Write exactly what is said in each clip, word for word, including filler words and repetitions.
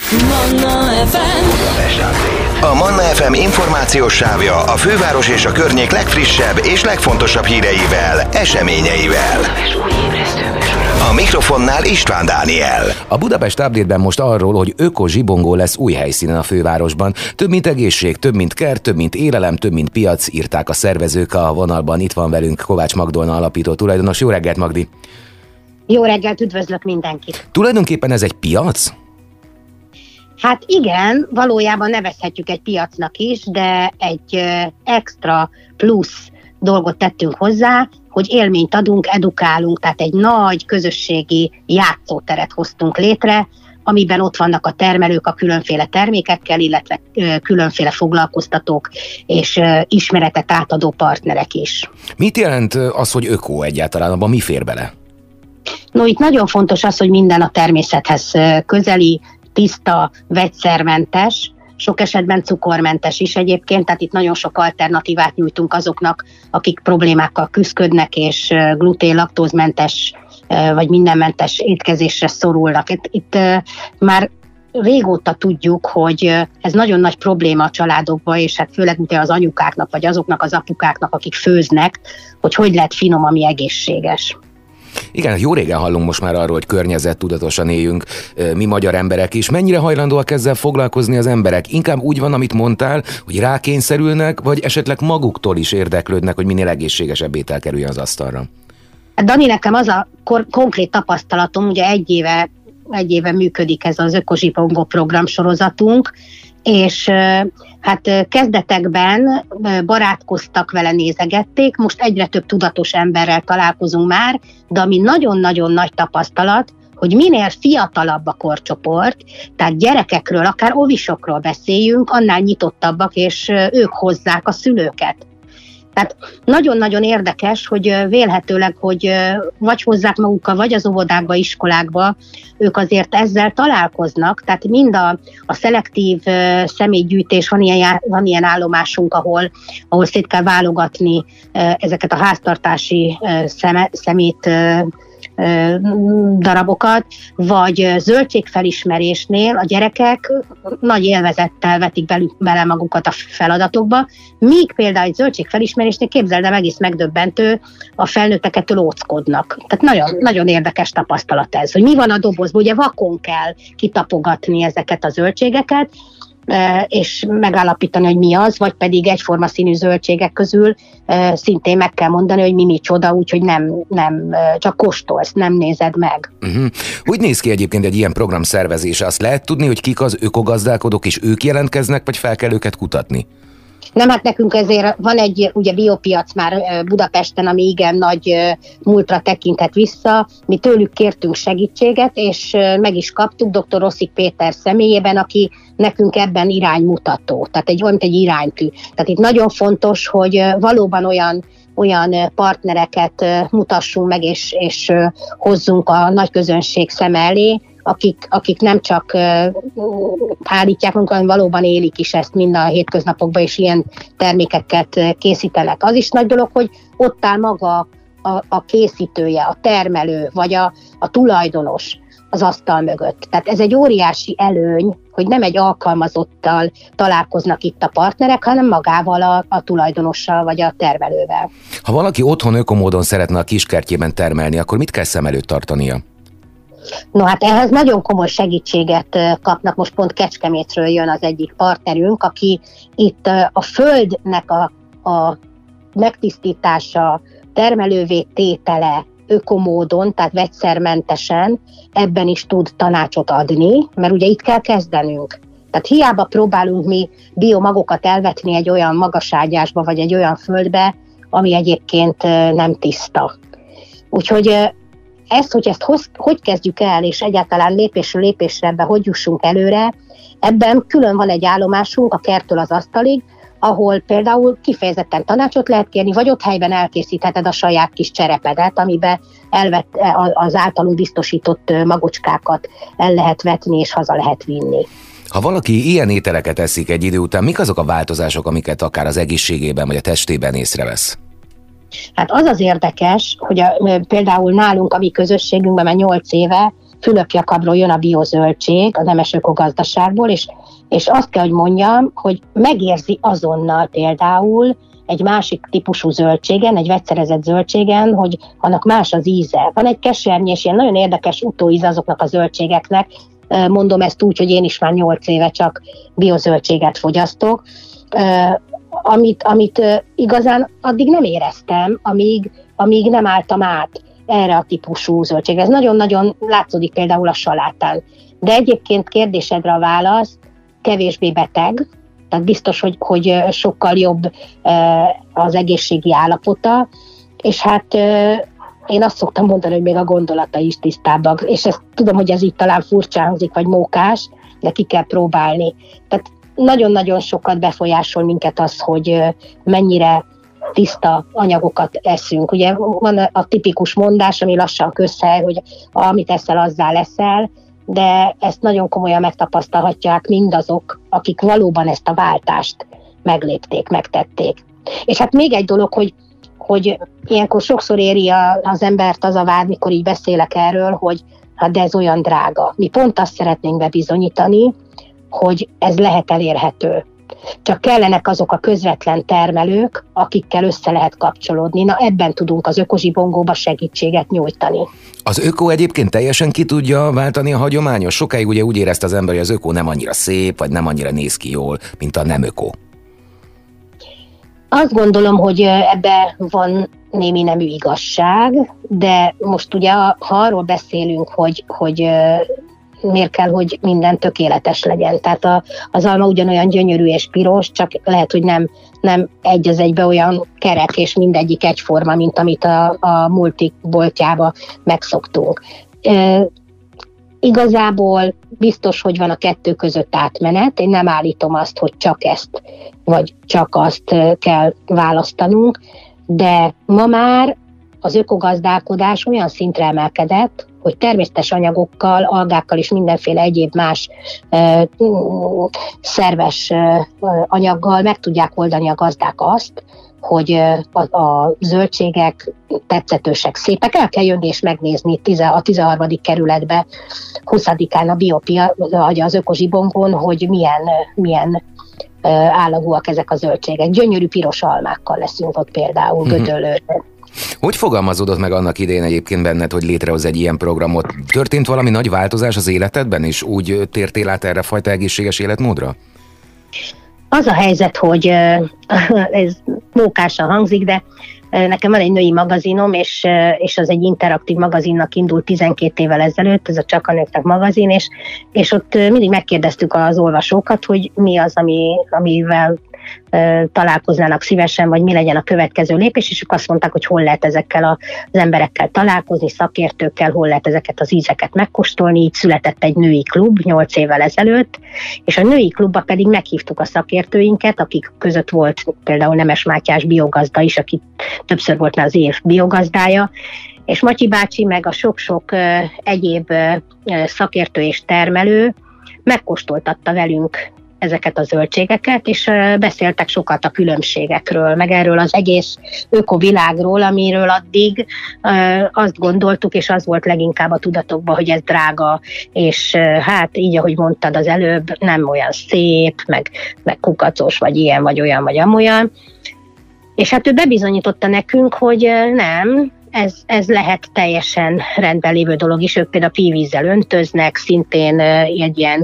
Manna ef em. A Manna ef em információs sávja a főváros és a környék legfrissebb és legfontosabb híreivel, eseményeivel. A mikrofonnál István Dániel. A Budapest Update-ben most arról, hogy öko-zsibongó lesz új helyszínen a fővárosban. Több mint egészség, több mint kert, több mint élelem, több mint piac, írták a szervezők a vonalban. Itt van velünk Kovács Magdolna alapító tulajdonos. Jó reggelt, Magdi! Jó reggelt, üdvözlök mindenkit! Tulajdonképpen ez egy piac? Hát igen, valójában nevezhetjük egy piacnak is, de egy extra plusz dolgot tettünk hozzá, hogy élményt adunk, edukálunk, tehát egy nagy közösségi játszóteret hoztunk létre, amiben ott vannak a termelők a különféle termékekkel, illetve különféle foglalkoztatók és ismeretet átadó partnerek is. Mit jelent az, hogy öko egyáltalán? Abban mi fér bele? No, itt nagyon fontos az, hogy minden a természethez közeli, tiszta, vegyszermentes, sok esetben cukormentes is egyébként, tehát itt nagyon sok alternatívát nyújtunk azoknak, akik problémákkal küzdködnek, és glutén, laktózmentes vagy mindenmentes étkezésre szorulnak. Itt, itt már régóta tudjuk, hogy ez nagyon nagy probléma a családokban, és hát főleg ugye az anyukáknak, vagy azoknak az apukáknak, akik főznek, hogy hogy lehet finom, ami egészséges. Igen, jó régen hallunk most már arról, hogy környezettudatosan éljünk mi magyar emberek is. Mennyire hajlandóak ezzel foglalkozni az emberek? Inkább úgy van, amit mondtál, hogy rákényszerülnek, vagy esetleg maguktól is érdeklődnek, hogy minél egészségesebb étel kerüljön az asztalra? Dani, nekem az a kor- konkrét tapasztalatom, ugye egy éve, egy éve működik ez az öko-zsibongó program sorozatunk, és hát kezdetekben barátkoztak vele, nézegették, most egyre több tudatos emberrel találkozunk már, de ami nagyon-nagyon nagy tapasztalat, hogy minél fiatalabb a korcsoport, tehát gyerekekről, akár óvisokról beszéljünk, annál nyitottabbak, és ők hozzák a szülőket. Tehát nagyon-nagyon érdekes, hogy vélhetőleg, hogy vagy hozzák magukkal, vagy az óvodákba, iskolákba, ők azért ezzel találkoznak, tehát mind a, a szelektív személygyűjtés, van ilyen, van ilyen állomásunk, ahol, ahol szét kell válogatni ezeket a háztartási szeme, szemét darabokat, vagy zöldségfelismerésnél a gyerekek nagy élvezettel vetik belük, bele magukat a feladatokba, míg például egy zöldségfelismerésnél, képzeld el, egész megdöbbentő, a felnőtteket óckodnak. Tehát nagyon, nagyon érdekes tapasztalat ez, hogy mi van a dobozban, ugye vakon kell kitapogatni ezeket a zöldségeket, és megállapítani, hogy mi az, vagy pedig egyforma színű zöldségek közül szintén meg kell mondani, hogy mi micsoda, úgyhogy nem, nem csak kóstolsz, nem nézed meg. Uh-huh. Úgy néz ki egyébként egy ilyen program szervezése? Azt lehet tudni, hogy kik az ökogazdálkodók, és ők jelentkeznek, vagy fel kell őket kutatni? Nem, hát nekünk ezért van egy ugye biopiac már Budapesten, ami igen nagy múltra tekinthet vissza. Mi tőlük kértünk segítséget, és meg is kaptuk dr. Rosszik Péter személyében, aki nekünk ebben iránymutató, tehát egy olyan, mint egy iránytű. Tehát itt nagyon fontos, hogy valóban olyan olyan partnereket mutassunk meg, és, és hozzunk a nagy közönség szem elé, akik, akik nem csak állítják magukat, hanem valóban élik is ezt mind a hétköznapokban, és ilyen termékeket készítenek. Az is nagy dolog, hogy ott áll maga a, a készítője, a termelő, vagy a, a tulajdonos az asztal mögött. Tehát ez egy óriási előny, hogy nem egy alkalmazottal találkoznak itt a partnerek, hanem magával a, a tulajdonossal vagy a termelővel. Ha valaki otthon ökomódon szeretne a kiskertjében termelni, akkor mit kell szem előtt tartania? No hát ehhez nagyon komoly segítséget kapnak, most pont Kecskemétről jön az egyik partnerünk, aki itt a földnek a, a megtisztítása, termelővé tétele ökomódon, tehát vegyszermentesen ebben is tud tanácsot adni, mert ugye itt kell kezdenünk. Tehát hiába próbálunk mi biomagokat elvetni egy olyan magaságyásba, vagy egy olyan földbe, ami egyébként nem tiszta. Úgyhogy ezt, hogy ezt hoz, hogy kezdjük el, és egyáltalán lépésről lépésre ebben hogy jussunk előre, ebben külön van egy állomásunk a kerttől az asztalig, ahol például kifejezetten tanácsot lehet kérni, vagy ott helyben elkészítheted a saját kis cserepedet, amiben elvet, az általunk biztosított magocskákat el lehet vetni, és haza lehet vinni. Ha valaki ilyen ételeket eszik egy idő után, mik azok a változások, amiket akár az egészségében vagy a testében észrevesz? Hát az az érdekes, hogy a, például nálunk, a mi közösségünkben már nyolc éve Fülöp-Jakabról jön a biozöldség, a nemes ökogazdaságból, és, és azt kell, hogy mondjam, hogy megérzi azonnal például egy másik típusú zöldségen, egy vegyszerezett zöldségen, hogy annak más az íze. Van egy kesernyés, ilyen nagyon érdekes utóíze azoknak a zöldségeknek, mondom ezt úgy, hogy én is már nyolc éve csak biozöldséget fogyasztok, amit, amit igazán addig nem éreztem, amíg, amíg nem álltam át erre a típusú zöldségre. Ez nagyon-nagyon látszódik például a salátán. De egyébként kérdésedre a válasz, kevésbé beteg, tehát biztos, hogy, hogy sokkal jobb az egészségi állapota, és hát én azt szoktam mondani, hogy még a gondolatai is tisztábbak, és ezt tudom, hogy ez így talán furcsán hangzik, vagy mókás, de ki kell próbálni. Tehát nagyon-nagyon sokat befolyásol minket az, hogy mennyire tiszta anyagokat eszünk. Ugye van a tipikus mondás, ami lassan közhely, hogy amit eszel, azzá leszel, de ezt nagyon komolyan megtapasztalhatják mindazok, akik valóban ezt a váltást meglépték, megtették. És hát még egy dolog, hogy, hogy ilyenkor sokszor éri a, az embert az a vád, mikor így beszélek erről, hogy hát de ez olyan drága. Mi pont azt szeretnénk bebizonyítani, hogy ez lehet elérhető. Csak kellenek azok a közvetlen termelők, akikkel össze lehet kapcsolódni. Na ebben tudunk az ökozsibongóba segítséget nyújtani. Az öko egyébként teljesen ki tudja váltani a hagyományos? Sokáig ugye úgy érezte az ember, hogy az öko nem annyira szép, vagy nem annyira néz ki jól, mint a nem öko. Azt gondolom, hogy ebbe van némi nemű igazság, de most ugye, ha arról beszélünk, hogy, hogy miért kell, hogy minden tökéletes legyen. Tehát a, az alma ugyanolyan gyönyörű és piros, csak lehet, hogy nem, nem egy az egybe olyan kerek, és mindegyik egyforma, mint amit a, a multik boltjába megszoktunk. E, igazából biztos, hogy van a kettő között átmenet. Én nem állítom azt, hogy csak ezt, vagy csak azt kell választanunk, de ma már az ökogazdálkodás olyan szintre emelkedett, hogy természetes anyagokkal, algákkal és mindenféle egyéb más uh, szerves uh, anyaggal meg tudják oldani a gazdák azt, hogy uh, a, a zöldségek tetszetősek, szépek. El kell jönni és megnézni a tizenharmadik kerületbe, huszadikán a Biopia, az ökozsibongón, hogy milyen, milyen uh, állagúak ezek a zöldségek. Gyönyörű piros almákkal leszünk ott például, uh-huh. Gödöllőn. Hogy fogalmazódott meg annak idején egyébként benned, hogy létrehoz egy ilyen programot? Történt valami nagy változás az életedben, és úgy tértél át erre fajta egészséges életmódra? Az a helyzet, hogy ez mókásan hangzik, de nekem van egy női magazinom, és, és az egy interaktív magazinnak indult tizenkét évvel ezelőtt, ez a Csak a nőknek magazin, és, és ott mindig megkérdeztük az olvasókat, hogy mi az, ami, amivel találkoznának szívesen, vagy mi legyen a következő lépés, és ők azt mondták, hogy hol lehet ezekkel az emberekkel találkozni, szakértőkkel, hol lehet ezeket az ízeket megkóstolni. Így született egy női klub nyolc évvel ezelőtt, és a női klubba pedig meghívtuk a szakértőinket, akik között volt például Nemes Mátyás biogazda is, aki többször volt már az év biogazdája, és Matyi bácsi meg a sok-sok egyéb szakértő és termelő megkóstoltatta velünk ezeket a zöldségeket, és beszéltek sokat a különbségekről, meg erről az egész ökovilágról, amiről addig azt gondoltuk, és az volt leginkább a tudatokban, hogy ez drága, és hát így, ahogy mondtad az előbb, nem olyan szép, meg, meg kukacos, vagy ilyen, vagy olyan, vagy amolyan. És hát ő bebizonyította nekünk, hogy nem, Ez, ez lehet teljesen rendben lévő dolog is. Ők például pívízzel öntöznek, szintén egy ilyen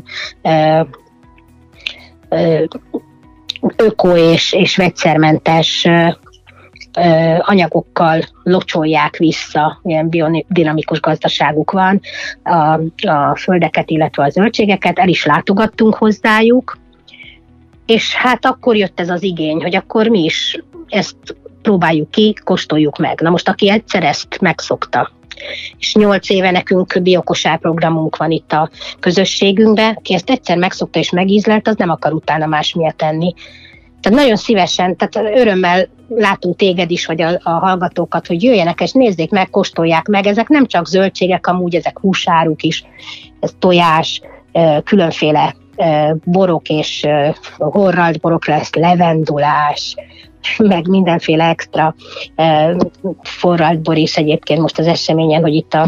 öko és, és vegyszermentes anyagokkal locsolják vissza, ilyen biodinamikus gazdaságuk van a, a földeket, illetve a zöldségeket, el is látogattunk hozzájuk, és hát akkor jött ez az igény, hogy akkor mi is ezt próbáljuk ki, kóstoljuk meg. Na most, aki egyszer ezt megszokta, és nyolc éve nekünk biokosár programunk van itt a közösségünkben, aki ezt egyszer megszokta és megízlelt, az nem akar utána másmilyet tenni. Tehát nagyon szívesen, tehát örömmel látunk téged is, vagy a, a hallgatókat, hogy jöjjenek és nézzék meg, kóstolják meg. Ezek nem csak zöldségek, amúgy ezek húsáruk is, ez tojás, különféle borok és horralt borok lesz, levendulás, meg mindenféle extra forralt bor is egyébként most az eseményen, hogy itt a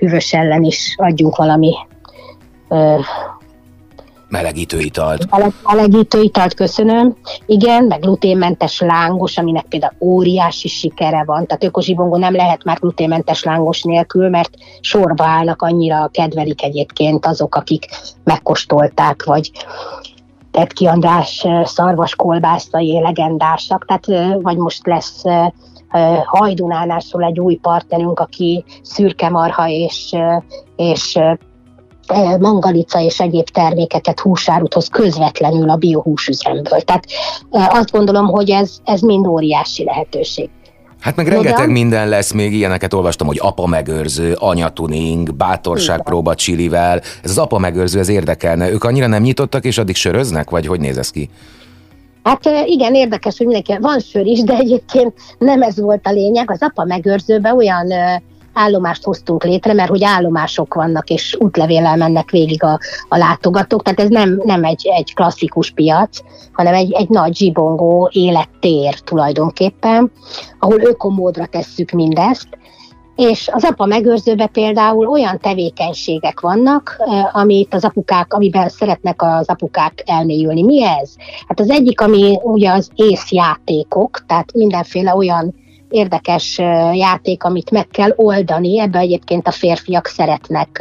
hűvös ellen is adjunk valami ö, melegítő italt. Melegítő italt, köszönöm. Igen, meg gluténmentes lángos, aminek például óriási sikere van. Tehát ökozsibongó nem lehet már gluténmentes lángos nélkül, mert sorba állnak, annyira kedvelik egyébként azok, akik megkóstolták, vagy Tetki András szarvaskolbászai legendásak. Tehát vagy most lesz Hajdunánál szól egy új partnerünk, aki szürkemarha és, és mangalica és egyéb termékeket húsárut hoz közvetlenül a biohúsüzemből. Tehát azt gondolom, hogy ez, ez mind óriási lehetőség. Hát meg rengeteg minden lesz, még ilyeneket olvastam, hogy apa megőrző, anyatuning, bátorságpróba csilivel. Ez az apa megőrző, ez érdekelne. Ők annyira nem nyitottak, és addig söröznek, vagy hogy néz ez ki? Hát igen, érdekes, hogy mindenki, van sör is, de egyébként nem ez volt a lényeg. Az apa megőrzőben olyan állomást hoztunk létre, mert hogy állomások vannak, és útlevéllel mennek végig a, a látogatók, tehát ez nem, nem egy, egy klasszikus piac, hanem egy, egy nagy zsibongó élettér tulajdonképpen, ahol ökomódra tesszük mindezt, és az apa megőrzőben például olyan tevékenységek vannak, amit az apukák, amiben szeretnek az apukák elmélyülni. Mi ez? Hát az egyik, ami ugye az észjátékok, tehát mindenféle olyan érdekes játék, amit meg kell oldani, ebbe egyébként a férfiak szeretnek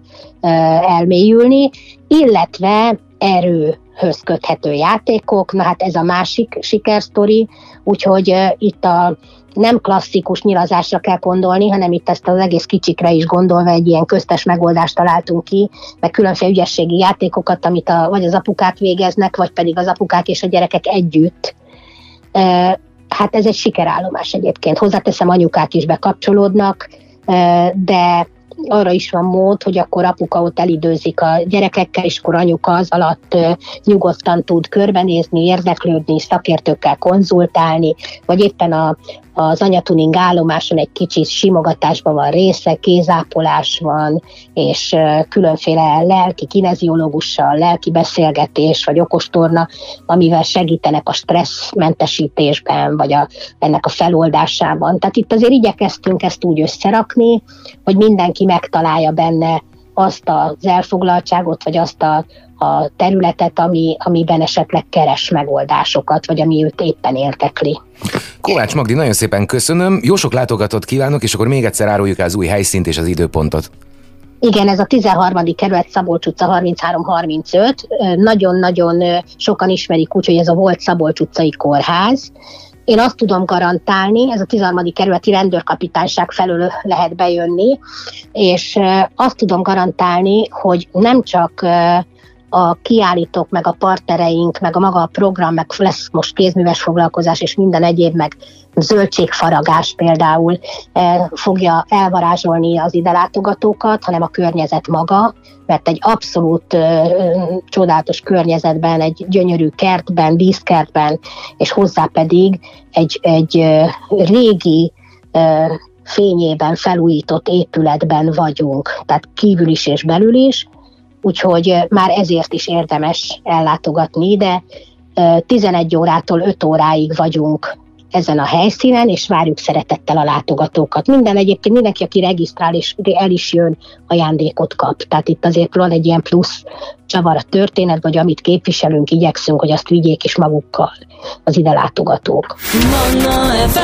elmélyülni, illetve erőhöz köthető játékok, na hát ez a másik sikersztori, úgyhogy itt a nem klasszikus nyilazásra kell gondolni, hanem itt ezt az egész kicsikre is gondolva egy ilyen köztes megoldást találtunk ki, meg különféle ügyességi játékokat, amit a, vagy az apukák végeznek, vagy pedig az apukák és a gyerekek együtt. Hát ez egy sikerállomás egyébként. Hozzáteszem, anyukák is bekapcsolódnak, de arra is van mód, hogy akkor apuka ott elidőzik a gyerekekkel, és akkor anyuka az alatt nyugodtan tud körbenézni, érdeklődni, szakértőkkel konzultálni, vagy éppen a, az anyatuning állomáson egy kicsit simogatásban van része, kézápolás van, és különféle lelki kineziológussal, lelki beszélgetés, vagy okostorna, amivel segítenek a stresszmentesítésben, vagy a, ennek a feloldásában. Tehát itt azért igyekeztünk ezt úgy összerakni, hogy mindenki megtalálja benne azt az elfoglaltságot, vagy azt a, a területet, ami, amiben esetleg keres megoldásokat, vagy ami őt éppen érdekli. Kovács Magdi, nagyon szépen köszönöm, jó sok látogatót kívánok, és akkor még egyszer áruljuk el az új helyszínt és az időpontot. Igen, ez a tizenharmadik kerület, Szabolcs utca harminchárom harmincöt. Nagyon-nagyon sokan ismerik úgy, hogy ez a volt Szabolcs utcai kórház. Én azt tudom garantálni, ez a tizenharmadik kerületi rendőrkapitányság felől lehet bejönni, és azt tudom garantálni, hogy nem csak a kiállítók, meg a partnereink, meg a maga a program, meg lesz most kézműves foglalkozás, és minden egyéb, meg zöldségfaragás például fogja elvarázsolni az ide látogatókat, hanem a környezet maga, mert egy abszolút ö, csodálatos környezetben, egy gyönyörű kertben, díszkertben, és hozzá pedig egy, egy ö, régi ö, fényében felújított épületben vagyunk, tehát kívül is és belül is, úgyhogy már ezért is érdemes ellátogatni ide. tizenegy órától öt óráig vagyunk ezen a helyszínen, és várjuk szeretettel a látogatókat. Minden egyébként, mindenki, aki regisztrál és el is jön, ajándékot kap. Tehát itt azért van egy ilyen plusz csavar a történet, vagy amit képviselünk, igyekszünk, hogy azt vigyék is magukkal az ide látogatók. Manna ef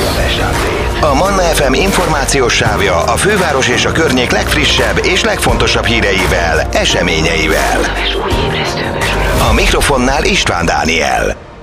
em. A Manna ef em információs sávja a főváros és a környék legfrissebb és legfontosabb híreivel, eseményeivel. A mikrofonnál István Dániel.